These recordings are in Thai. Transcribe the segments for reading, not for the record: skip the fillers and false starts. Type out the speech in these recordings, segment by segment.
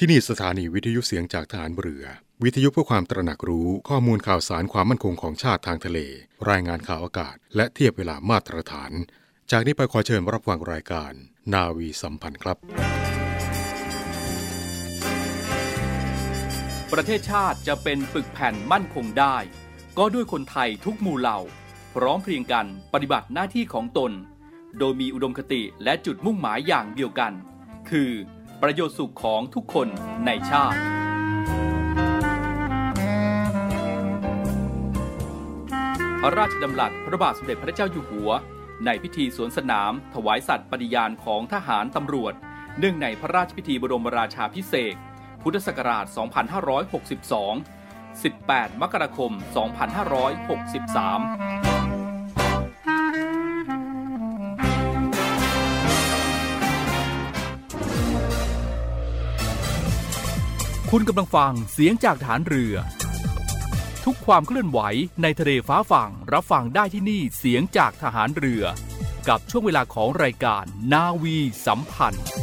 ที่นี่สถานีวิทยุเสียงจากทหารเรือวิทยุเพื่อความตระหนักรู้ข้อมูลข่าวสารความมั่นคงของชาติทางทะเลรายงานข่าวอากาศและเทียบเวลามาตรฐานจากนี้ไปขอเชิญรับฟังรายการนาวีสัมพันธ์ครับประเทศชาติจะเป็นปึกแผ่นมั่นคงได้ก็ด้วยคนไทยทุกหมู่เหล่าพร้อมเพรียงกันปฏิบัติหน้าที่ของตนโดยมีอุดมคติและจุดมุ่งหมายอย่างเดียวกันคือประโยชน์สุขของทุกคนในชาติพระราชดำรัสพระบาทสมเด็จพระเจ้าอยู่หัวในพิธีสวนสนามถวายสัตย์ปฏิญาณของทหารตำรวจเนื่องในพระราชพิธีบรมราชาภิเษกพุทธศักราช 2562 18 มกราคม 2563คุณกำลังฟังเสียงจากฐานเรือทุกความเคลื่อนไหวในทะเลฟ้าฝั่งรับฟังได้ที่นี่เสียงจากทหารเรือกับช่วงเวลาของรายการนาวีสัมพันธ์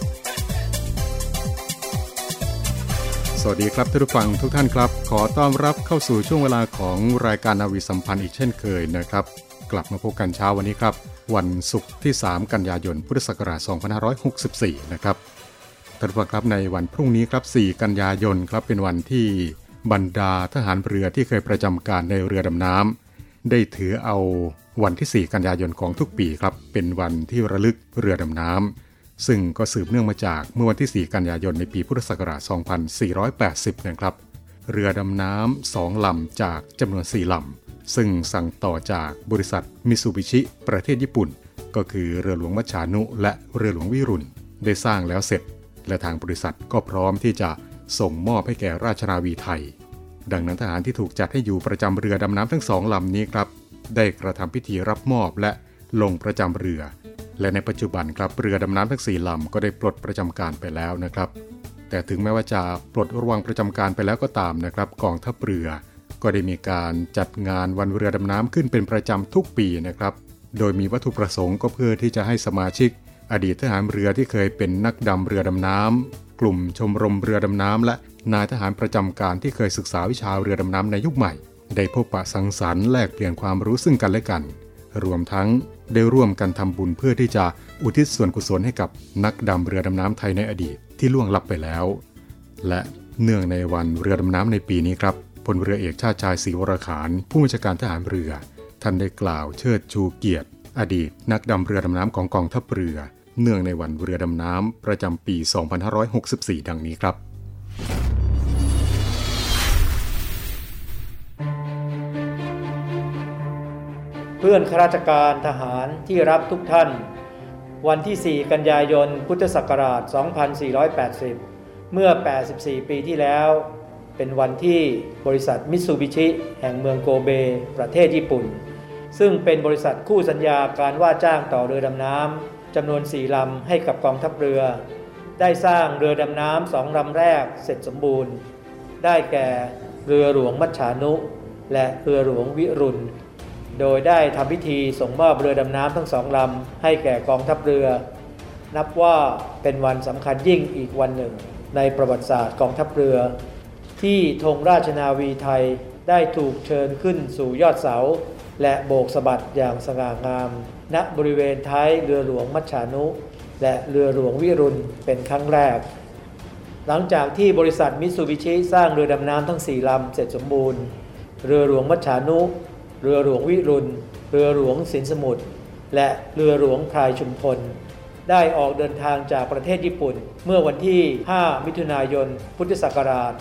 สวัสดีครับท่านผู้ฟังทุกท่านครับขอต้อนรับเข้าสู่ช่วงเวลาของรายการนาวีสัมพันธ์อีกเช่นเคยนะครับกลับมาพบกันเช้าวันนี้ครับวันศุกร์ที่3กันยายนพุทธศักราช 2564นะครับท่านผู้ฟังครับในวันพรุ่งนี้ครับ4กันยายนครับเป็นวันที่บรรดาทหารเรือที่เคยประจำการในเรือดำน้ำได้ถือเอาวันที่4กันยายนของทุกปีครับเป็นวันที่ระลึกเรือดำน้ำซึ่งก็สืบเนื่องมาจากเมื่อวันที่4กันยายนในปีพุทธศักราช 2480 นะครับเรือดำน้ำ2ลำจากจำนวน4ลำซึ่งสั่งต่อจากบริษัทมิตซูบิชิประเทศญี่ปุ่นก็คือเรือหลวงมัจฉานุและเรือหลวงวิรุณได้สร้างแล้วเสร็จและทางบริษัทก็พร้อมที่จะส่งมอบให้แก่ราชนาวีไทยดังนั้นทหารที่ถูกจัดให้อยู่ประจำเรือดำน้ำทั้ง2ลำนี้ครับได้กระทำพิธีรับมอบและลงประจำเรือและในปัจจุบันครับเรือดำน้ำทั้ง4ลำก็ได้ปลดประจำการไปแล้วนะครับแต่ถึงแม้ว่าจะปลดระวางประจำการไปแล้วก็ตามนะครับกองทัพเรือก็ได้มีการจัดงานวันเรือดำน้ำขึ้นเป็นประจำทุกปีนะครับโดยมีวัตถุประสงค์ก็เพื่อที่จะให้สมาชิกอดีตทหารเรือที่เคยเป็นนักดำเรือดำน้ำกลุ่มชมรมเรือดำน้ำและนายทหารประจำการที่เคยศึกษาวิชาเรือดำน้ำในยุคใหม่ได้พบปะสังสรรค์แลกเปลี่ยนความรู้ซึ่งกันและกันรวมทั้งได้ร่วมกันทำบุญเพื่อที่จะอุทิศส่วนกุศลให้กับนักดำเรือดำน้ำไทยในอดีตที่ล่วงลับไปแล้วและเนื่องในวันเรือดำน้ำในปีนี้ครับพลเรือเอกชาติชายศรีวรขานผู้บัญชาการทหารเรือท่านได้กล่าวเชิดชูเกียรติอดีตนักดำเรือดำน้ำของกองทัพเรือเนื่องในวันเรือดำน้ำประจำปี 2564 ดังนี้ครับเพื่อนข้าราชการทหารที่รักทุกท่านวันที่ 4 กันยายน พุทธศักราช 2480 เมื่อ 84 ปีที่แล้วเป็นวันที่บริษัทมิตซูบิชิแห่งเมืองโกเบประเทศญี่ปุ่นซึ่งเป็นบริษัทคู่สัญญาการว่าจ้างต่อเรือดำน้ำจำนวน4ลำให้กับกองทัพเรือได้สร้างเรือดำน้ำ2ลำแรกเสร็จสมบูรณ์ได้แก่เรือหลวงมัจฉานุและเรือหลวงวิรุณโดยได้ทำพิธีส่งมอบเรือดำน้ำทั้ง2ลำให้แก่กองทัพเรือนับว่าเป็นวันสำคัญยิ่งอีกวันหนึ่งในประวัติศาสตร์กองทัพเรือที่ธงราชนาวีไทยได้ถูกเชิญขึ้นสู่ยอดเสาและโบกสะบัดอย่างสง่างามณบริเวณท้ายเรือหลวงมัจฉานุและเรือหลวงวิรุณเป็นครั้งแรกหลังจากที่บริษัทมิตซูบิชิสร้างเรือดำน้ำทั้ง4ลำเสร็จสมบูรณ์เรือหลวงมัจฉานุเรือหลวงวิรุณเรือหลวงสินสมุทรและเรือหลวงพลายชุมพลได้ออกเดินทางจากประเทศญี่ปุ่นเมื่อวันที่ 5 มิถุนายน พุทธศักราช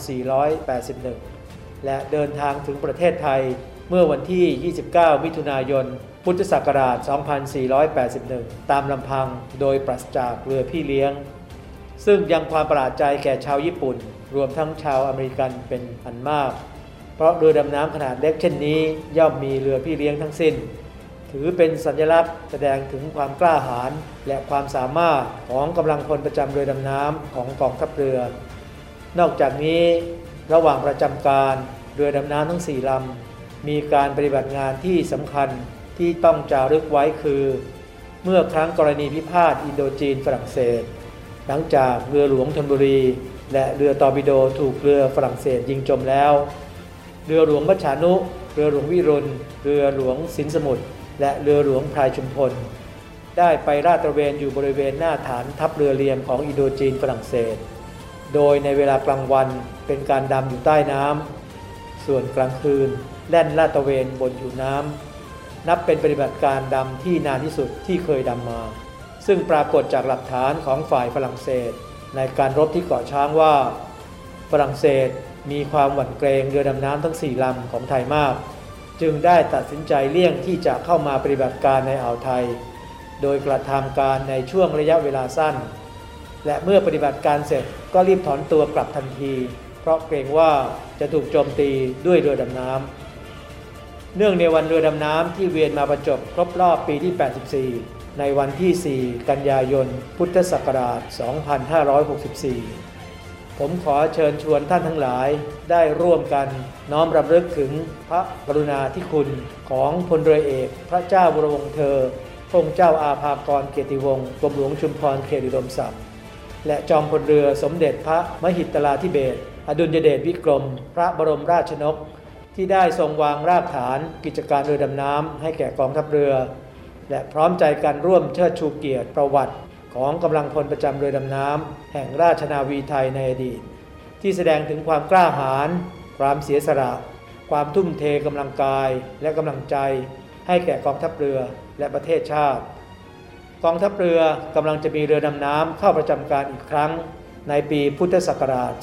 2481 และเดินทางถึงประเทศไทยเมื่อวันที่ 29 มิถุนายน พุทธศักราช 2481 ตามลำพังโดยปราศจากเรือพี่เลี้ยงซึ่งยังความประหลาดใจแก่ชาวญี่ปุ่นรวมทั้งชาวอเมริกันเป็นอันมากเพราะเรือดำน้ำขนาดเล็กเช่นนี้ย่อมมีเรือพี่เลี้ยงทั้งสิ้นถือเป็นสัญลักษณ์แสดงถึงความกล้าหาญและความสามารถของกำลังพลประจำเรือดำน้ำของกองทัพเรือนอกจากนี้ระหว่างประจำการเรือดำน้ำทั้ง4ลำมีการปฏิบัติงานที่สำคัญที่ต้องจารึกไว้คือเมื่อครั้งกรณีพิพาทอินโดจีนฝรั่งเศสหลังจากเรือหลวงธนบุรีและเรือตอร์ปิโดถูกเรือฝรั่งเศสยิงจมแล้วเรือหลวงมัชชานุเรือหลวงวิรุณเรือหลวงสินสมุทรและเรือหลวงพรายชุมพลได้ไปลาดตระเวนอยู่บริเวณหน้าฐานทัพเรือเลียมของอินโดจีนฝรั่งเศสโดยในเวลากลางวันเป็นการดำอยู่ใต้น้ำส่วนกลางคืนแล่นลาดตระเวนบนผิวน้ำนับเป็นปฏิบัติการดำที่นานที่สุดที่เคยดำมาซึ่งปรากฏจากหลักฐานของฝ่ายฝรั่งเศสในการรบที่เกาะช้างว่าฝรั่งเศสมีความหวั่นเกรงเรือดำน้ำทั้ง4ลำของไทยมากจึงได้ตัดสินใจเลี่ยงที่จะเข้ามาปฏิบัติการในอ่าวไทยโดยกระทำการในช่วงระยะเวลาสั้นและเมื่อปฏิบัติการเสร็จก็รีบถอนตัวกลับทันทีเพราะเกรงว่าจะถูกโจมตีด้วยเรือดำน้ำเนื่องในวันเรือดำน้ำที่เวียนมาบรรจบครบรอบปีที่84ในวันที่4กันยายนพุทธศักราช2564ผมขอเชิญชวนท่านทั้งหลายได้ร่วมกันน้อมรำลึกถึงพระกรุณาธิคุณของพลเรือเอกพระเจ้าวรวงศ์เธอพระองค์เจ้าอาภากรเกียรติวงศ์กรมหลวงชุมพรเขตอุดมศักดิ์และจอมพลเรือสมเด็จพระมหิตลาธิเบศรอดุลยเดชวิกรมพระบรมราชชนกที่ได้ทรงวางรากฐานกิจการเรือดำน้ำให้แก่กองทัพเรือและพร้อมใจกันร่วมเชิดชูเกียรติประวัติของกำลังพลประจำเรือดำน้ำแห่งราชนาวีไทยในอดีตที่แสดงถึงความกล้าหาญความเสียสละความทุ่มเทกำลังกายและกำลังใจให้แก่กองทัพเรือและประเทศชาติกองทัพเรือกำลังจะมีเรือดำน้ำเข้าประจำการอีกครั้งในปีพุทธศักราช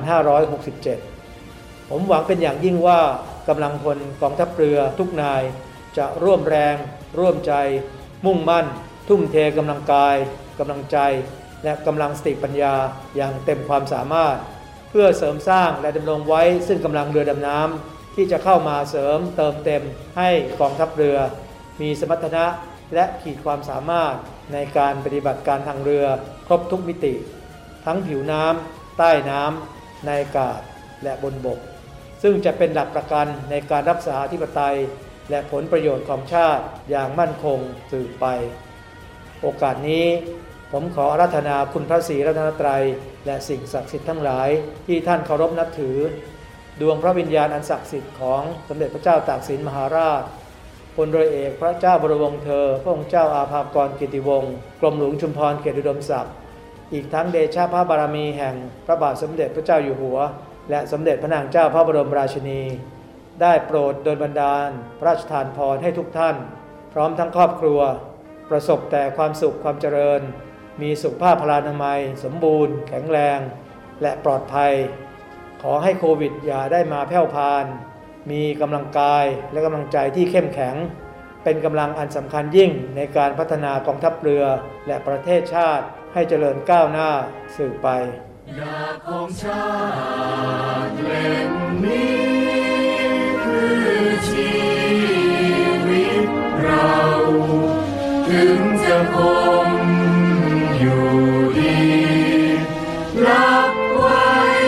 2567 ผมหวังเป็นอย่างยิ่งว่ากำลังพลกองทัพเรือทุกนายจะร่วมแรงร่วมใจมุ่งมั่นทุ่มเทกำลังกายกำลังใจและกำลังสติปัญญาอย่างเต็มความสามารถเพื่อเสริมสร้างและดำรงไว้ซึ่งกำลังเรือดำน้ำที่จะเข้ามาเสริมเติมเต็มให้กองทัพเรือมีสมรรถนะและขีดความสามารถในการปฏิบัติการทางเรือครบทุกมิติทั้งผิวน้ำใต้น้ำในอากาศและบนบกซึ่งจะเป็นหลักประกันในการรักษาอธิปไตยและผลประโยชน์ของชาติอย่างมั่นคงสืบไปโอกาสนี้ผมขออาราธนาคุณพระศรีรัตนตรัยและสิ่งศักดิ์สิทธิ์ทั้งหลายที่ท่านเคารพนับถือดวงพระวิญญาณอันศักดิ์สิทธิ์ของสมเด็จพระเจ้าตากสินมหาราชพลเรือเอกพระเจ้าบรมวงศ์เธอพระองค์เจ้าอาภากรเกียรติวงศ์กรมหลวงชุมพรเขตอุดมศักดิ์อีกทั้งเดชะพระบารมีแห่งพระบาทสมเด็จพระเจ้าอยู่หัวและสมเด็จพระนางเจ้าพระบรมราชินีได้โปรดดลบันดาลพระราชทานพรให้ทุกท่านพร้อมทั้งครอบครัวประสบแต่ความสุขความเจริญมีสุขภาพพลานามัยสมบูรณ์แข็งแรงและปลอดภัยขอให้โควิดอย่าได้มาแพร่พานมีกำลังกายและกำลังใจที่เข้มแข็งเป็นกำลังอันสำคัญยิ่งในการพัฒนากองทัพเรือและประเทศชาติให้เจริญก้าวหน้าสืบไปดาบของชาติเล่มนี้คือชีวิตเราถึงจะคงอยู่ดีรับไว้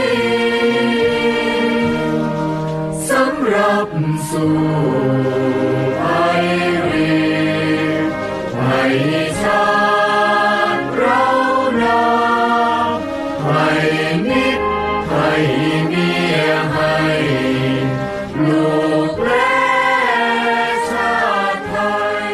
สำหรับสู่ไอรีไทยชาติเรานาไทยมิตรไทยเมียให้ลูกและชาติไทย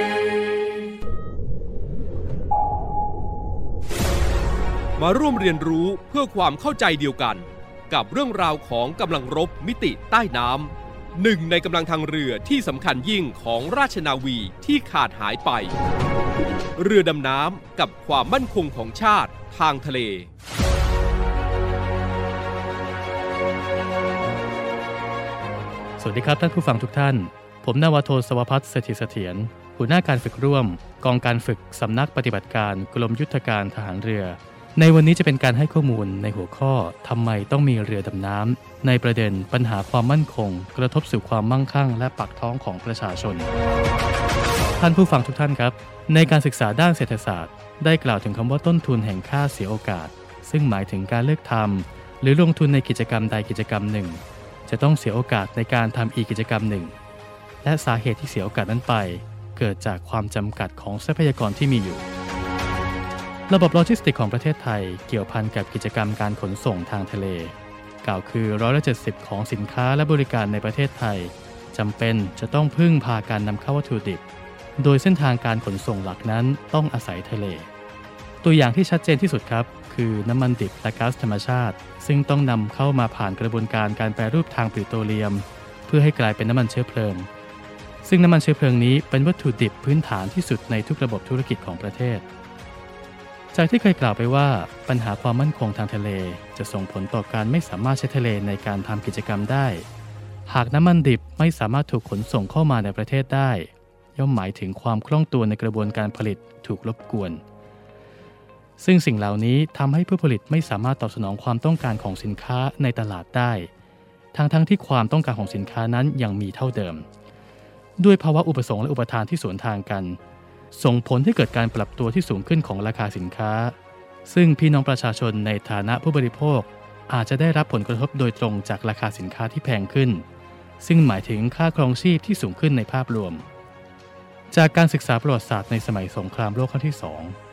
มาร่วมเรียนรู้เพื่อความเข้าใจเดียวกันกับเรื่องราวของกำลังรบมิติใต้น้ำหนึ่งในกำลังทางเรือที่สำคัญยิ่งของราชนาวีที่ขาดหายไปเรือดำน้ำกับความมั่นคงของชาติทางทะเลสวัสดีครับท่านผู้ฟังทุกท่านผมนาวาโทสวภัทร เสถียรเสถียรหัวหน้าการฝึกร่วมกองการฝึกสำนักปฏิบัติการกรมยุทธการทหารเรือในวันนี้จะเป็นการให้ข้อมูลในหัวข้อทำไมต้องมีเรือดำน้ำในประเด็นปัญหาความมั่นคงกระทบสู่ความมั่งคั่งและปากท้องของประชาชนท่านผู้ฟังทุกท่านครับในการศึกษาด้านเศรษฐศาสตร์ได้กล่าวถึงคำว่าต้นทุนแห่งค่าเสียโอกาสซึ่งหมายถึงการเลือกทำหรือลงทุนในกิจกรรมใดกิจกรรมหนึ่งจะต้องเสียโอกาสในการทำอีกกิจกรรมหนึ่งและสาเหตุที่เสียโอกาสนั้นไปเกิดจากความจำกัดของทรัพยากรที่มีอยู่ระบบโลจิสติกของประเทศไทยเกี่ยวพันกับกิจกรรมการขนส่งทางทะเลกล่าวคือ170%ของสินค้าและบริการในประเทศไทยจำเป็นจะต้องพึ่งพาการนำเข้าวัตถุดิบโดยเส้นทางการขนส่งหลักนั้นต้องอาศัยทะเลตัวอย่างที่ชัดเจนที่สุดครับคือน้ำมันดิบและก๊าซธรรมชาติซึ่งต้องนำเข้ามาผ่านกระบวนการการแปรรูปทางปิโตรเลียมเพื่อให้กลายเป็นน้ำมันเชื้อเพลิงซึ่งน้ำมันเชื้อเพลิงนี้เป็นวัตถุดิบพื้นฐานที่สุดในทุกระบบธุรกิจของประเทศจากที่เคยกล่าวไปว่าปัญหาความมั่นคงทางทะเลจะส่งผลต่อการไม่สามารถใช้ทะเลในการทำกิจกรรมได้หากน้ำมันดิบไม่สามารถถูกขนส่งเข้ามาในประเทศได้ย่อมหมายถึงความคล่องตัวในกระบวนการผลิตถูกรบกวนซึ่งสิ่งเหล่านี้ทำให้ผู้ผลิตไม่สามารถตอบสนองความต้องการของสินค้าในตลาดได้ทั้งที่ความต้องการของสินค้านั้นยังมีเท่าเดิมด้วยภาวะอุปสงค์และอุปทานที่สวนทางกันส่งผลให้เกิดการปรับตัวที่สูงขึ้นของราคาสินค้าซึ่งพี่น้องประชาชนในฐานะผู้บริโภคอาจจะได้รับผลกระทบโดยตรงจากราคาสินค้าที่แพงขึ้นซึ่งหมายถึงค่าครองชีพที่สูงขึ้นในภาพรวมจากการศึกษาประวัติศาสตร์ในสมัยสงครามโลกครั้งที่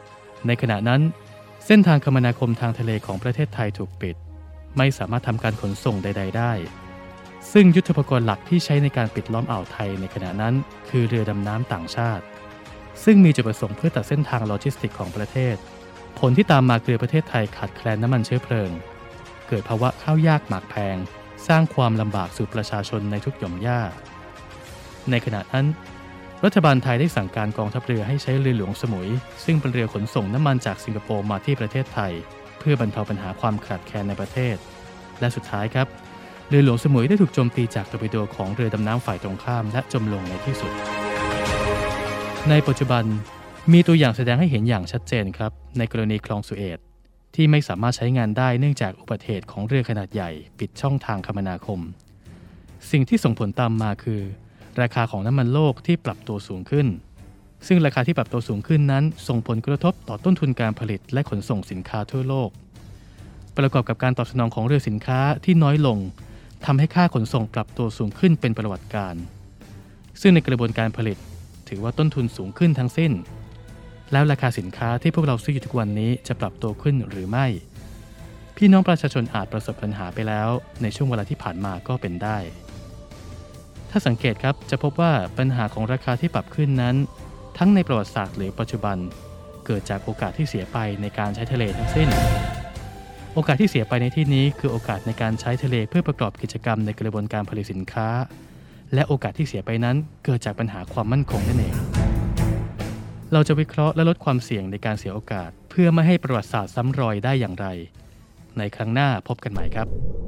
2ในขณะนั้นเส้นทางคมนาคมทางทะเลของประเทศไทยถูกปิดไม่สามารถทำการขนส่งใดๆได้ซึ่งยุทโธปกรณ์หลักที่ใช้ในการปิดล้อมอ่าวไทยในขณะนั้นคือเรือดำน้ำต่างชาติซึ่งมีจุดประสงค์เพื่อตัดเส้นทางโลจิสติกของประเทศผลที่ตามมาคือประเทศไทยขาดแคลนน้ำมันเชื้อเพลิงเกิดภาวะข้าวยากหมากแพงสร้างความลำบากสู่ประชาชนในทุกหย่อมย่าในขณะนั้นรัฐบาลไทยได้สั่งการกองทัพเรือให้ใช้เรือหลวงสมุยซึ่งเป็นเรือขนส่งน้ำมันจากสิงคโปร์มาที่ประเทศไทยเพื่อบรรเทาปัญหาความขาดแคลนในประเทศและสุดท้ายครับเรือหลวงสมุยได้ถูกโจมตีจากตอร์ปิโดของเรือดำน้ำฝ่ายตรงข้ามและจมลงในที่สุดในปัจจุบันมีตัวอย่างแสดงให้เห็นอย่างชัดเจนครับในกรณีคลองสุเอซที่ไม่สามารถใช้งานได้เนื่องจากอุบัติเหตุของเรือขนาดใหญ่ปิดช่องทางคมนาคมสิ่งที่ส่งผลตามมาคือราคาของน้ำมันโลกที่ปรับตัวสูงขึ้นซึ่งราคาที่ปรับตัวสูงขึ้นนั้นส่งผลกระทบต่อต้นทุนการผลิตและขนส่งสินค้าทั่วโลกประกอบกับการตอบสนองของเรือสินค้าที่น้อยลงทำให้ค่าขนส่งปรับตัวสูงขึ้นเป็นประวัติการซึ่งในกระบวนการผลิตถือว่าต้นทุนสูงขึ้นทั้งสิ้นแล้วราคาสินค้าที่พวกเราซื้ออยู่ทุกวันนี้จะปรับตัวขึ้นหรือไม่พี่น้องประชาชนอาจประสบปัญหาไปแล้วในช่วงเวลาที่ผ่านมาก็เป็นได้ถ้าสังเกตครับจะพบว่าปัญหาของราคาที่ปรับขึ้นนั้นทั้งในประวัติศาสตร์หรือปัจจุบันเกิดจากโอกาสที่เสียไปในการใช้ทะเลทั้งสิ้นโอกาสที่เสียไปในที่นี้คือโอกาสในการใช้ทะเลเพื่อประกอบกิจกรรมในกระบวนการผลิตสินค้าและโอกาสที่เสียไปนั้นเกิดจากปัญหาความมั่นคงนั่นเองเราจะวิเคราะห์และลดความเสี่ยงในการเสียโอกาสเพื่อไม่ให้ประวัติศาสตร์ซ้ำรอยได้อย่างไรในครั้งหน้าพบกันใหม่ครับ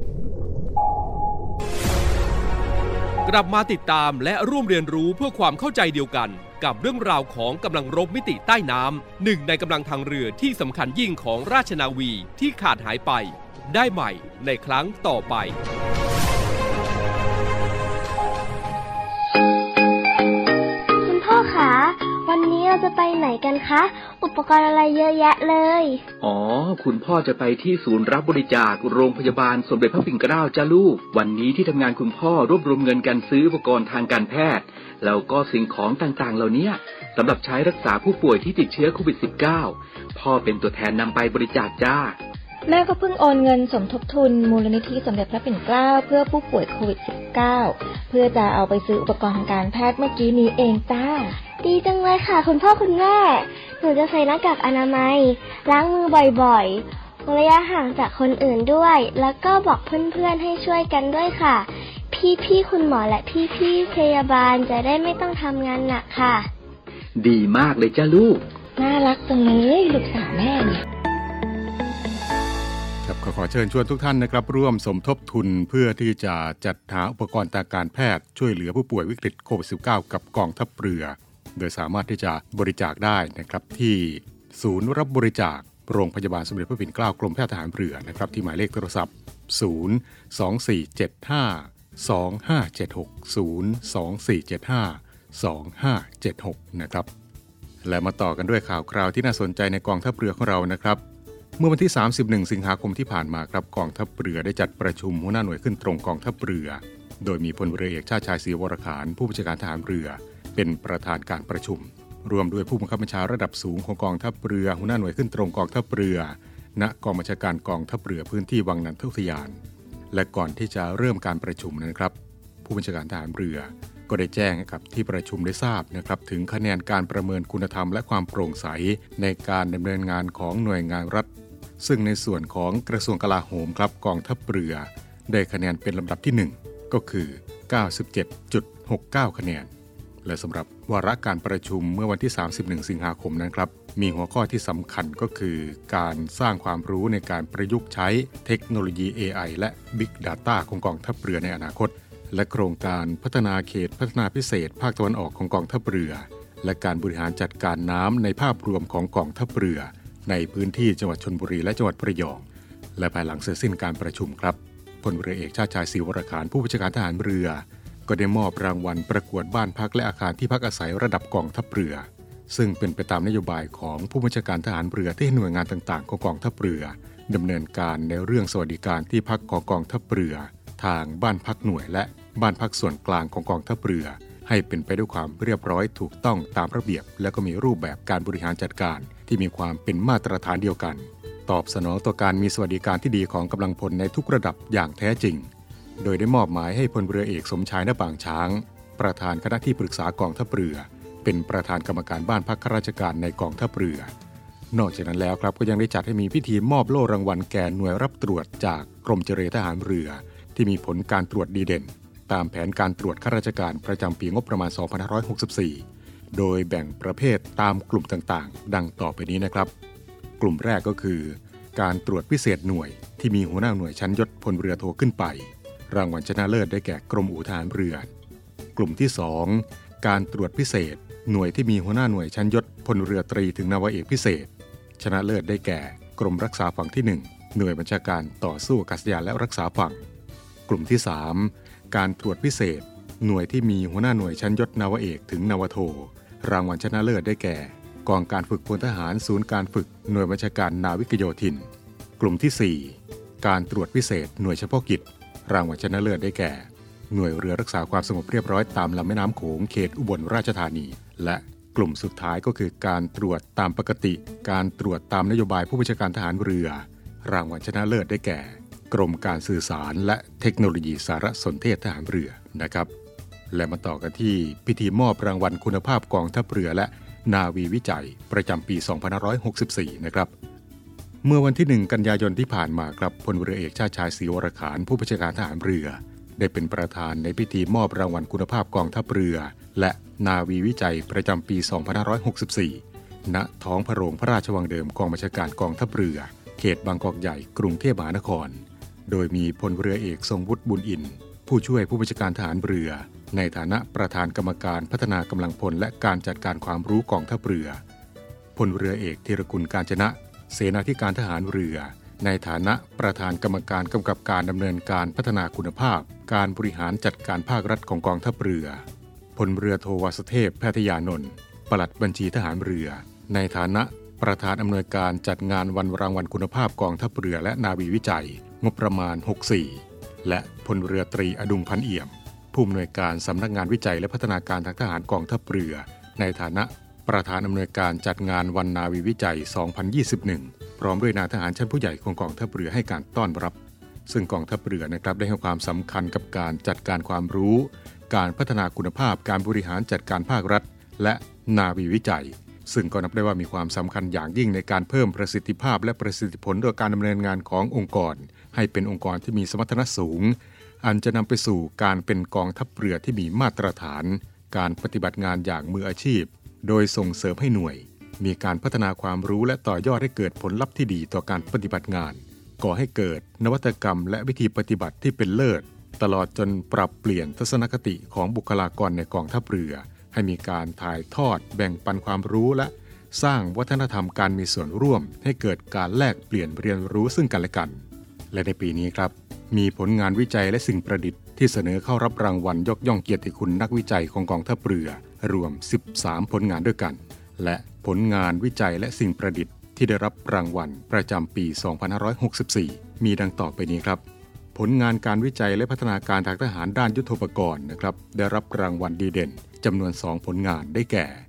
กลับมาติดตามและร่วมเรียนรู้เพื่อความเข้าใจเดียวกันกับเรื่องราวของกำลังรบมิติใต้น้ำหนึ่งในกำลังทางเรือที่สำคัญยิ่งของราชนาวีที่ขาดหายไปได้ใหม่ในครั้งต่อไปคุณพ่อคะวันนี้เราจะไปไหนกันคะอุปกรณ์อะไรเยอะแยะเลยอ๋อคุณพ่อจะไปที่ศูนย์รับบริจาคโรงพยาบาลสมเด็จพระปิ่นเกล้าจ้าลูกวันนี้ที่ทำงานคุณพ่อรวบรวมเงินกันซื้ออุปกรณ์ทางการแพทย์แล้วก็สิ่งของต่างๆเหล่านี้สำหรับใช้รักษาผู้ป่วยที่ติดเชื้อโควิด -19 พ่อเป็นตัวแทนนำไปบริจาคจ้าแม่ก็เพิ่งโอนเงินสมทบทุนมูลนิธิสมเด็จพระปิ่นเกล้าเพื่อผู้ป่วยโควิด -19 เพื่อจะเอาไปซื้ออุปกรณ์ทางการแพทย์เมื่อกี้นี้เองจ้าดีจังเลยค่ะคุณพ่อคุณแม่หนูจะใส่หน้ากากอนามัยล้างมือบ่อยๆระยะห่างจากคนอื่นด้วยแล้วก็บอกเพื่อนๆให้ช่วยกันด้วยค่ะพี่ๆคุณหมอและพี่ๆพยาบาลจะได้ไม่ต้องทำงานหนักค่ะดีมากเลยจ้าลูกน่ารักจังเลยลูกสาวแม่เนี่ยครับขอเชิญชวนทุกท่านนะครับร่วมสมทบทุนเพื่อที่จะจัดหาอุปกรณ์ทางการแพทย์ช่วยเหลือผู้ป่วยวิกฤตโควิด -19 กับกองทัพเรือโดยสามารถที่จะบริจาคได้นะครับที่ศูนย์รับบริจาคโรงพยาบาลสมเด็จพระปิ่นเกล้ากรมแพทย์ทหารเรือนะครับที่หมายเลขโทรศัพท์024752576 นะครับและมาต่อกันด้วยข่าวคราวที่น่าสนใจในกองทัพเรือของเรานะครับเมื่อวันที่31สิงหาคมที่ผ่านมาครับกองทัพเรือได้จัดประชุมหัวหน้าหน่วยขึ้นตรงกองทัพเรือโดยมีพลเรือเอกชาติชายศรีวรขานผู้บัญชาการทหารเรือเป็นประธานการประชุมรวมด้วยผู้บังคับบัญชาระดับสูงของกองทัพเรือหัวหน้าหน่วยขึ้นตรงกองทัพเรือณกองบัญชาการกองทัพเรือพื้นที่วังนันทอุทยานและก่อนที่จะเริ่มการประชุมนะครับผู้บัญชาการทหารเรือก็ได้แจ้งให้กับที่ประชุมได้ทราบนะครับถึงคะแนนการประเมินคุณธรรมและความโปร่งใสในการดำเนินงานของหน่วยงานรัฐซึ่งในส่วนของกระทรวงกลาโหมครับกองทัพเรือได้คะแนนเป็นลำดับที่1ก็คือ 97.69 คะแนนและสำหรับวาระการประชุมเมื่อวันที่31สิงหาคมนั้นครับมีหัวข้อที่สำคัญก็คือการสร้างความรู้ในการประยุกต์ใช้เทคโนโลยี AI และ Big Data ของกองทัพเรือในอนาคตและโครงการพัฒนาเขตพัฒนาพิเศษภาคตะวันออกของกองทัพเรือและการบริหารจัดการน้ำในภาพรวมของกองทัพเรือในพื้นที่จังหวัดชลบุรีและจังหวัดระยองและภายหลังเสร็จสิ้นการประชุมครับพลเรือเอกชาติชายศรีวรขานผู้บัญชาการทหารเรือก็ได้มอบรางวัลประกวดบ้านพักและอาคารที่พักอาศัยระดับกองทัพเรือซึ่งเป็นไปตามนโยบายของผู้บัญชาการทหารเรือที่หน่วยงานต่างๆของกองทัพเรือดำเนินการในเรื่องสวัสดิการที่พักของกองทัพเรือทางบ้านพักหน่วยและบ้านพักส่วนกลางของกองทัพเรือให้เป็นไปด้วยความเรียบร้อยถูกต้องตามระเบียบและก็มีรูปแบบการบริหารจัดการที่มีความเป็นมาตรฐานเดียวกันตอบสนองต่อการมีสวัสดิการที่ดีของกำลังพลในทุกระดับอย่างแท้จริงโดยได้มอบหมายให้พลเรือเอกสมชายณปางช้างประธานคณะที่ปรึกษากองทัพเรือเป็นประธานกรรมการบ้านพักข้าราชการในกองทัพเรือนอกจากนั้นแล้วครับก็ยังได้จัดให้มีพิธีมอบโล่รางวัลแก่หน่วยรับตรวจจากกรมเจรทหารเรือที่มีผลการตรวจดีเด่นตามแผนการตรวจข้าราชการประจำปีงบประมาณ 2564 โดยแบ่งประเภทตามกลุ่มต่างๆดังต่อไปนี้นะครับกลุ่มแรกก็คือการตรวจพิเศษหน่วยที่มีหัวหน้าหน่วยชั้นยศพลเรือโทขึ้นไปรางวัลชนะเลิศได้แก่กรมอู่ทหารเรือกลุ่มที่2การตรวจพิเศษหน่วยที่มีหัวหน้าหน่วยชั้นยศพลเรือตรีถึงนาวาเอกพิเศษชนะเลิศได้แก่กรมรักษาฝั่งที่1หน่วยบัญชาการต่อสู้อากาศยานและรักษาฝั่งกลุ่มที่3การตรวจพิเศษหน่วยที่มีหัวหน้าหน่วยชั้นยศนาวาเอกถึงนาวาโทรางวัลชนะเลิศได้แก่กองการฝึกพลทหารศูนย์การฝึกหน่วยบัญชาการนาวิกโยธินกลุ่มที่4การตรวจพิเศษหน่วยเฉพาะกิจรางวัลชนะเลิศได้แก่หน่วยเรือรักษาความสงบเรียบร้อยตามลำแม่น้ำโขงเขตอุบลราชธานีและกลุ่มสุดท้ายก็คือการตรวจตามปกติการตรวจตามนโยบายผู้บัญชาการทหารเรือรางวัลชนะเลิศได้แก่กรมการสื่อสารและเทคโนโลยีสารสนเทศทหารเรือนะครับและมาต่อกันที่พิธีมอบรางวัลคุณภาพกองทัพเรือและนาวีวิจัยประจำปี 2564 นะครับเมื่อวันที่1กันยายนที่ผ่านมาครับพลเรือเอกชาติชายศรีวรขานผู้บัญชาการทหารเรือได้เป็นประธานในพิธีมอบรางวัลคุณภาพกองทัพเรือและนาวีวิจัยประจำปี 2564 ณ ท้องพระโรงพระราชวังเดิมกองบัญชาการกองทัพเรือเขตบางกอกใหญ่กรุงเทพมหานครโดยมีพลเรือเอกทรงวุฒิบุญอินทร์ผู้ช่วยผู้บัญชาการทหารเรือในฐานะประธานกรรมการพัฒนากำลังพลและการจัดการความรู้กองทัพเรือพลเรือเอกธีรกุลกาญจนะเสนาธิการทหารเรือในฐานะประธานกรรมการกำกับการดำเนินการพัฒนาคุณภาพการบริหารจัดการภาครัฐของกองทัพเรือพลเรือโทวาสเทพแพทยานนท์ปลัดบัญชีทหารเรือในฐานะประธานอำนวยการจัดงานวันรางวัลคุณภาพกองทัพเรือและนาวีวิจัยงบประมาณ 64 และพลเรือตรีอดุงพันเอี่ยมผู้อำนวยการสำนักงานวิจัยและพัฒนาการทางทหารกองทัพเรือในฐานะประธานอำนวยการจัดงานวันนาวีวิจัย 2021 พร้อมด้วยนายทหารชั้นผู้ใหญ่ของกองทัพเรือให้การต้อนรับซึ่งกองทัพเรือนะครับได้ให้ความสำคัญกับการจัดการความรู้การพัฒนาคุณภาพการบริหารจัดการภาครัฐและนาวีวิจัยซึ่งก็นับได้ว่ามีความสำคัญอย่างยิ่งในการเพิ่มประสิทธิภาพและประสิทธิผลโดยการดำเนินงานขององค์กรให้เป็นองค์กรที่มีสมรรถนะสูงอันจะนำไปสู่การเป็นกองทัพเรือที่มีมาตรฐานการปฏิบัติงานอย่างมืออาชีพโดยส่งเสริมให้หน่วยมีการพัฒนาความรู้และต่อยอดให้เกิดผลลัพธ์ที่ดีต่อการปฏิบัติงานก่อให้เกิดนวัตกรรมและวิธีปฏิบัติที่เป็นเลิศตลอดจนปรับเปลี่ยนทัศนคติของบุคลากรในกองทัพเรือให้มีการถ่ายทอดแบ่งปันความรู้และสร้างวัฒนธรรมการมีส่วนร่วมให้เกิดการแลกเปลี่ยนเรียนรู้ซึ่งกันและกันและในปีนี้ครับมีผลงานวิจัยและสิ่งประดิษฐ์ที่เสนอเข้ารับรางวัลยกย่องเกียรติคุณนักวิจัยของกองทัพเรือรวม 13 ผลงานด้วยกันและผลงานวิจัยและสิ่งประดิษฐ์ที่ได้รับรางวัลประจำปี 2564 มีดังต่อไปนี้ครับผลงานการวิจัยและพัฒนาการทางทหารด้านยุทโธปกรณ์นะครับได้รับรางวัลดีเด่นจำนวน 2 ผลงานได้แก่ผ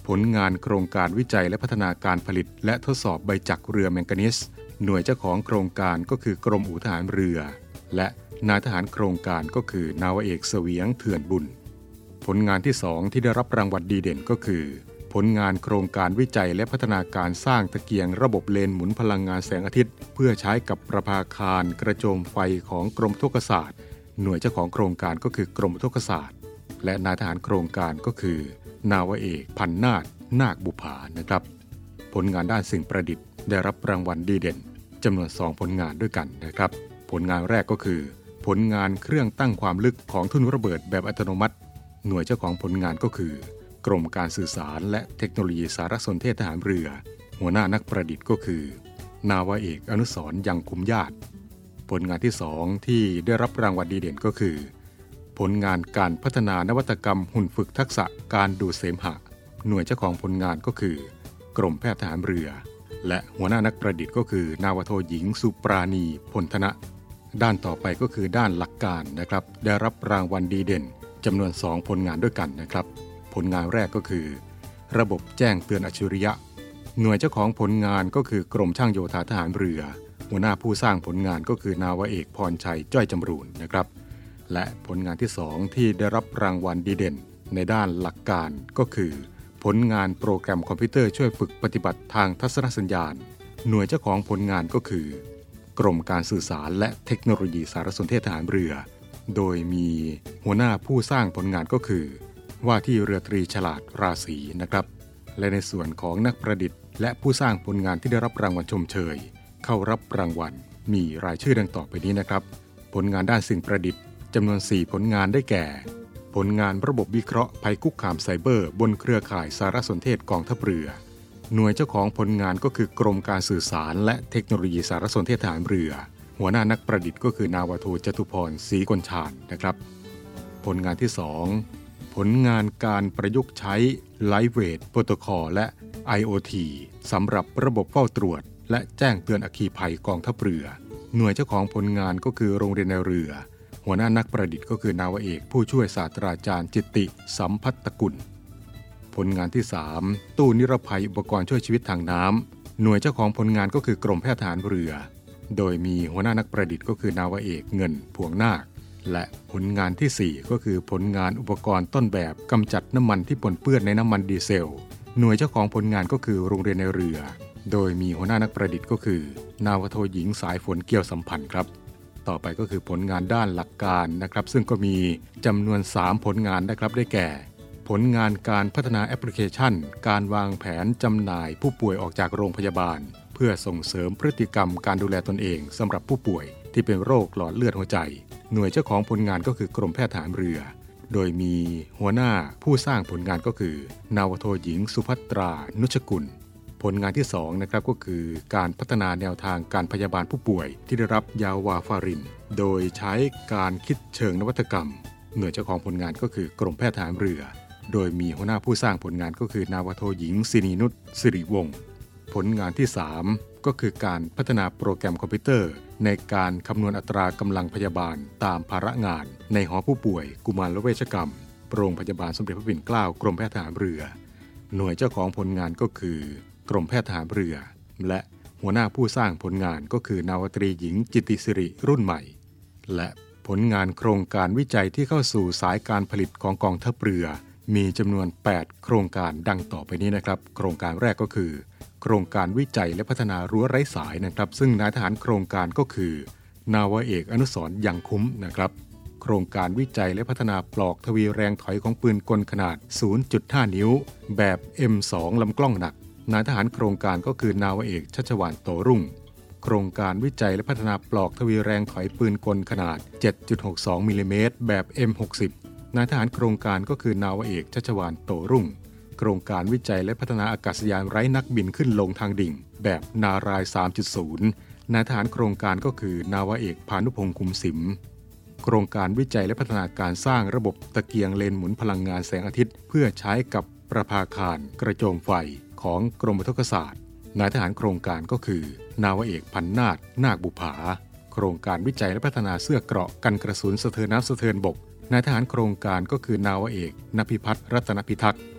ผลงานโครงการวิจัยและพัฒนาการผลิตและทดสอบใบจักรเรือแมงกานีสหน่วยเจ้าของโครงการก็คือกรมอู่ทหารเรือและนายทหารโครงการก็คือนาวาเอกเสวียงเถื่อนบุญผลงานที่2ที่ได้รับรางวัลดีเด่นก็คือผลงานโครงการวิจัยและพัฒนาการสร้างตะเกียงระบบเลนหมุนพลังงานแสงอาทิตย์เพื่อใช้กับประภาคารกระโจมไฟของกรมอุทกศาสตร์หน่วยเจ้าของโครงการก็คือกรมอุทกศาสตร์และนายทหารโครงการก็คือนาวาเอกพันนาถนาคบุภานะครับผลงานด้านสิ่งประดิษฐ์ได้รับรางวัลดีเด่นจำนวน2ผลงานด้วยกันนะครับผลงานแรกก็คือผลงานเครื่องตั้งความลึกของทุ่นระเบิดแบบอัตโนมัติหน่วยเจ้าของผลงานก็คือกรมการสื่อสารและเทคโนโลยีสารสนเทศทหารเรือหัวหน้านักประดิษฐ์ก็คือนาวาเอกอนุสรณ์ยังคุ้มญาติผลงานที่2ที่ได้รับรางวัลดีเด่นก็คือผลงานการพัฒนานวัตกรรมหุ่นฝึกทักษะการดูดเสมหะหน่วยเจ้าของผลงานก็คือกรมแพทย์ทหารเรือและหัวหน้านักประดิษฐ์ก็คือนาวาโทหญิงสุปราณีพลธนะด้านต่อไปก็คือด้านหลักการนะครับได้รับรางวัลดีเด่นจำนวน2ผลงานด้วยกันนะครับผลงานแรกก็คือระบบแจ้งเตือนอัจฉริยะหน่วยเจ้าของผลงานก็คือกรมช่างโยธาทหารเรือหัวหน้าผู้สร้างผลงานก็คือนาวาเอกพรชัยจ้อยจำรูนนะครับและผลงานที่2ที่ได้รับรางวัลดีเด่นในด้านหลักการก็คือผลงานโปรแกรมคอมพิวเตอร์ช่วยฝึกปฏิบัติทางทัศนสัญญาณหน่วยเจ้าของผลงานก็คือกรมการสื่อสารและเทคโนโลยีสารสนเทศทหารเรือโดยมีหัวหน้าผู้สร้างผลงานก็คือว่าที่เรือตรีฉลาดราศีนะครับและในส่วนของนักประดิษฐ์และผู้สร้างผลงานที่ได้รับรางวัลชมเชยเข้ารับรางวัลมีรายชื่อดังต่อไปนี้นะครับผลงานด้านสิ่งประดิษฐ์จำนวน4ผลงานได้แก่ผลงานระบบวิเคราะห์ภัยคุกคามไซเบอร์บนเครือข่ายสารสนเทศกองทัพเรือหน่วยเจ้าของผลงานก็คือกรมการสื่อสารและเทคโนโลยีสารสนเทศทหารเรือหัวหน้านักประดิษฐ์ก็คือนาวาโทจตุพรศรีกลชาญนะครับผลงานที่2ผลงานการประยุกต์ใช้ Lightweight Protocol และ IoT สำหรับระบบเฝ้าตรวจและแจ้งเตือนอัคคีภัยกองทัพเรือหน่วยเจ้าของผลงานก็คือโรงเรียนในเรือหัวหน้านักประดิษฐ์ก็คือนาวาเอกผู้ช่วยศาสตราจารย์จิตติสัมพัตตกุลผลงานที่3ตู้นิรภัยอุปกรณ์ช่วยชีวิตทางน้ำหน่วยเจ้าของผลงานก็คือกรมแพทย์ทหารเรือโดยมีหัวหน้านักประดิษฐ์ก็คือนาวาเอกเงินพวงนาคและผลงานที่4ก็คือผลงานอุปกรณ์ต้นแบบกำจัดน้ำมันที่ปนเปื้อนในน้ำมันดีเซลหน่วยเจ้าของผลงานก็คือโรงเรียนในเรือโดยมีหัวหน้านักประดิษฐ์ก็คือนาวาโทหญิงสายฝนเกี่ยวสัมพันธ์ครับต่อไปก็คือผลงานด้านหลักการนะครับซึ่งก็มีจำนวน3ผลงานนะครับได้แก่ผลงานการพัฒนาแอปพลิเคชันการวางแผนจำหน่ายผู้ป่วยออกจากโรงพยาบาลเพื่อส่งเสริมพฤติกรรมการดูแลตนเองสำหรับผู้ป่วยที่เป็นโรคหลอดเลือดหัวใจหน่วยเจ้าของผลงานก็คือกรมแพทย์ทหารเรือโดยมีหัวหน้าผู้สร้างผลงานก็คือนาวาโทหญิงสุภัตรานุชกุลผลงานที่2นะครับก็คือการพัฒนาแนวทางการพยาบาลผู้ป่วยที่ได้รับยาวาฟารินโดยใช้การคิดเชิงนวัตกรรมหน่วยเจ้าของผลงานก็คือกรมแพทย์ทหารเรือโดยมีหัวหน้าผู้สร้างผลงานก็คือนาวาโทหญิงสินีนุชสิริวงศ์ผลงานที่3ก็คือการพัฒนาโปรแกรมคอมพิวเตอร์ในการคำนวณอัตรากำลังพยาบาลตามภาระงานในหอผู้ป่วยกุมารเวชกรรมโรงพยาบาลสมเด็จพระปิ่นเกล้ากรมแพทย์ทหารเรือหน่วยเจ้าของผลงานก็คือกรมแพทย์ทหารเรือและหัวหน้าผู้สร้างผลงานก็คือนาวาตรีหญิงจิตติสิริรุ่นใหม่และผลงานโครงการวิจัยที่เข้าสู่สายการผลิตของกองทัพเรือมีจำนวน8โครงการดังต่อไปนี้นะครับโครงการแรกก็คือโครงการวิจัยและพัฒนารั้วไร้สายนะครับซึ่งนายทหารโครงการก็คือนาวาเอกอนุสรณ์ยังคุ้มนะครับโครงการวิจัยและพัฒนาปลอกทวีแรงถอยของปืนกลขนาด 0.5 นิ้วแบบ M2 ลำกล้องหนักนายทหารโครงการก็คือนาวาเอกชัชวาลโตรุ่งโครงการวิจัยและพัฒนาปลอกทวีแรงถอยปืนกลขนาด 7.62 มิลลิเมตรแบบ M60 นายทหารโครงการก็คือนาวาเอกชัชวาลโตรุ่งโครงการวิจัยและพัฒนาอากาศยานไร้นักบินขึ้นลงทางดิ่งแบบนาราย 3.0 นายทหารโครงการก็คือนาวาเอกพานุพงษ์คุ้มสิมโครงการวิจัยและพัฒนาการสร้างระบบตะเกียงเลนหมุนพลังงานแสงอาทิตย์เพื่อใช้กับประภาคารกระโจมไฟของกรมอุทกศาสตร์นายทหารโครงการก็คือนาวาเอกพันนาถนาคบุภาโครงการวิจัยและพัฒนาเสื้อเกราะกันกระสุนสะเทินน้ำสะเทินบกนายทหารโครงการก็คือนาวาเอกณภิพัฒน์รัตนพิทักษ์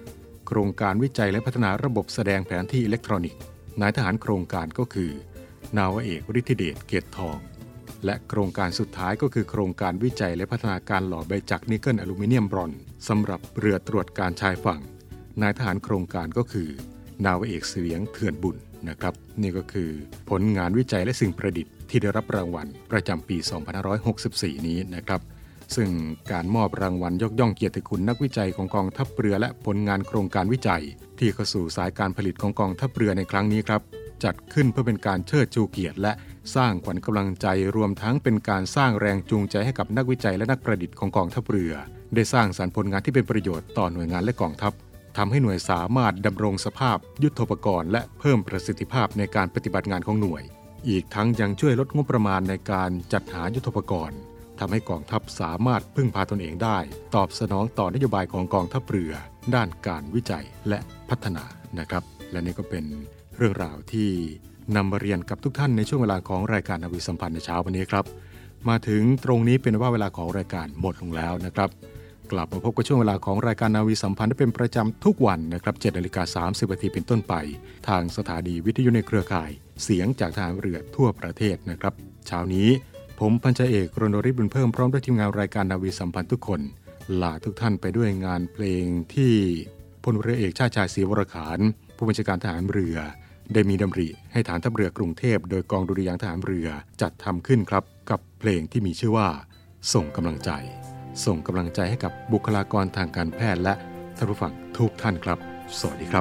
โครงการวิจัยและพัฒนาระบบแสดงแผนที่อิเล็กทรอนิกส์นายทหารโครงการก็คือนาวาเอกฤทธิเดชเกียรติทองและโครงการสุดท้ายก็คือโครงการวิจัยและพัฒนาการหล่อใบจักรนิกเกิลอลูมิเนียมบรอนซ์สำหรับเรือตรวจการชายฝั่งนายทหารโครงการก็คือนาวาเอกเสวียงเถื่อนบุญนะครับนี่ก็คือผลงานวิจัยและสิ่งประดิษฐ์ที่ได้รับรางวัลประจำปี 2564 นี้นะครับซึ่งการมอบรางวัลยกย่องเกียรติคุณนักวิจัยของกองทัพเรือและผลงานโครงการวิจัยที่เข้าสู่สายการผลิตของกองทัพเรือในครั้งนี้ครับจัดขึ้นเพื่อเป็นการเชิดชูเกียรติและสร้างขวัญกำลังใจรวมทั้งเป็นการสร้างแรงจูงใจให้กับนักวิจัยและนักประดิษฐ์ของกองทัพเรือได้สร้างสรรค์ผลงานที่เป็นประโยชน์ต่อหน่วยงานและกองทัพทำให้หน่วยสามารถดำรงสภาพยุทโธปกรณ์และเพิ่มประสิทธิภาพในการปฏิบัติงานของหน่วยอีกทั้งยังช่วยลดงบประมาณในการจัดหายุทโธปกรณ์ทำให้กองทัพสามารถพึ่งพาตนเองได้ตอบสนองต่อนโยบายของกองทัพเรือด้านการวิจัยและพัฒนานะครับและนี่ก็เป็นเรื่องราวที่นำมาเรียนกับทุกท่านในช่วงเวลาของรายการนาวีสัมพันธ์ในเช้าวันนี้ครับมาถึงตรงนี้เป็นว่าเวลาของรายการหมดลงแล้วนะครับกลับมาพบกับช่วงเวลาของรายการนาวีสัมพันธ์ได้เป็นประจำทุกวันนะครับ 7:30 น.เป็นต้นไปทางสถานีวิทยุในเครือข่ายเสียงจากทหารเรือทั่วประเทศนะครับเช้านี้ผมพันจ่าเอกรณฤทธิ์บุญเพิ่มพร้อมด้วยทีมงานรายการนาวีสัมพันธ์ทุกคนลาทุกท่านไปด้วยงานเพลงที่พลเรือเอกชาติชายศรีวรขานผู้บัญชาการทหารเรือได้มีดำริให้ฐานทัพเรือกรุงเทพโดยกองดุริยางค์ทหารเรือจัดทำขึ้นครับกับเพลงที่มีชื่อว่าส่งกำลังใจให้กับบุคลากรทางการแพทย์และท่านผู้ฟังทุกท่านครับสวัสดีครับ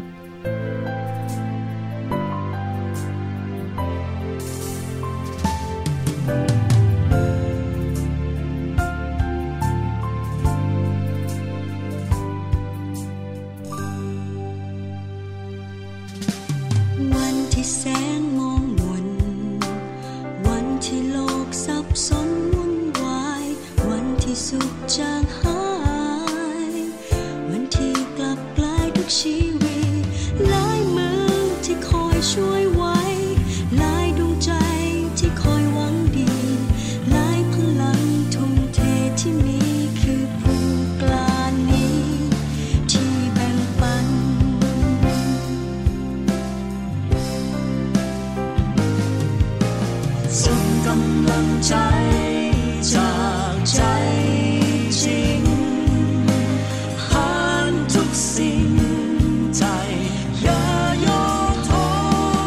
วันที่แสงมองมนวันที่โลกสับสนวุ่นวายวันที่สุขจางหายวันที่กลับกลายทุกชีวิตหลายมือที่คอยช่วยไว้หลายดวงใจที่คอยหวังดีหลายพลังทุ่มเทที่มีคือผู้กล้านี้ที่แบ่งปันส่งกำลังใจจากใจจริงผ่านทุกสิ่งใจอย่าย่อท้อ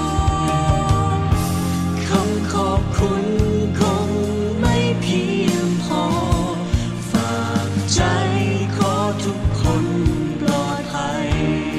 คำขอบคุณคงไม่เพียงพอฝากใจขอทุกคนปลอดภัย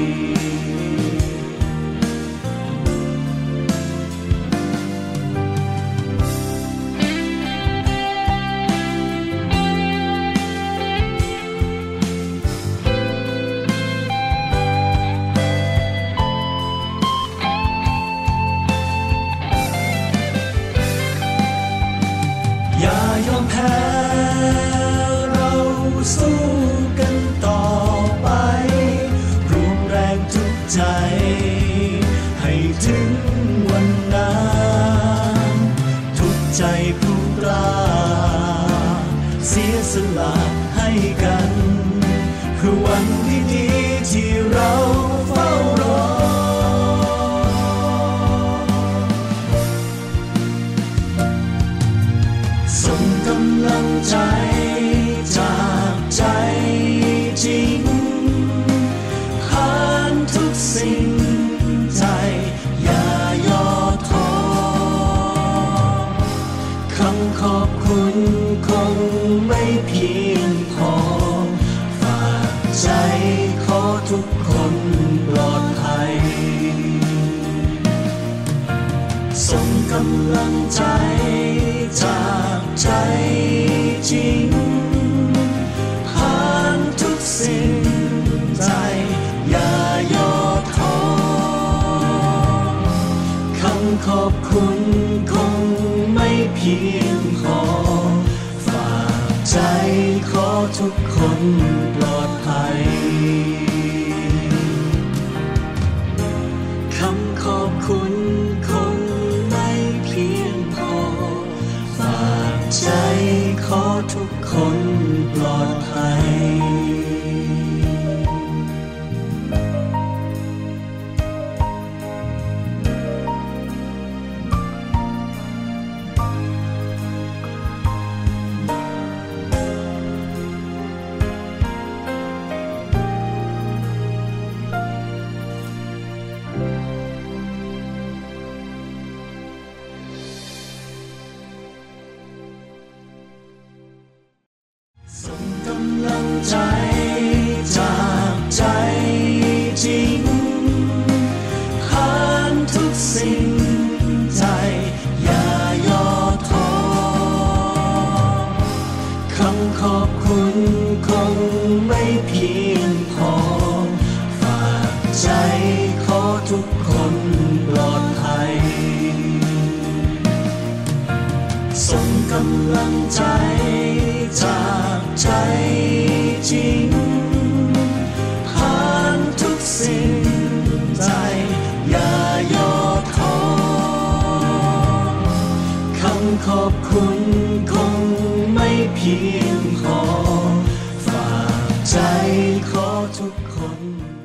อย่ายอมแพ้เราสู้กันต่อไปรวมแรงทุกใจให้ถึงวันนั้นทุกใจผู้กล้าเสียสละให้กันเพื่อวันดีๆที่เราเฝ้ารอส่งกำลังใจจากใจจริงผ่านทุกสิ่งใจอย่าย่อท้อคำขอบคุณคงไม่เพียงพอฝากใจขอทุกคนปลอดภัยส่งกำลังใจจากใจจริงผ่านทุกสิ่งใจอย่าย่อท้อคำขอบคุณคงไม่เพียงพอฝากใจขอทุกคนปลอดภัยคำขอบคุณคงไม่เพียงพอฝากใจขอทุกคนปลอดภัยใจจากใจจริงผ่านทุกสิ่งใจอย่าย่อท้อคำขอบคุณคงไม่เพียงพอฝากใจขอทุกคนปลอดภัยส่งกำลังใจจากใจจริงผ่านทุกสิ่งใจอย่าย่อท้อคำขอบคุณคงไม่เพียงพอฝากใจขอทุกคน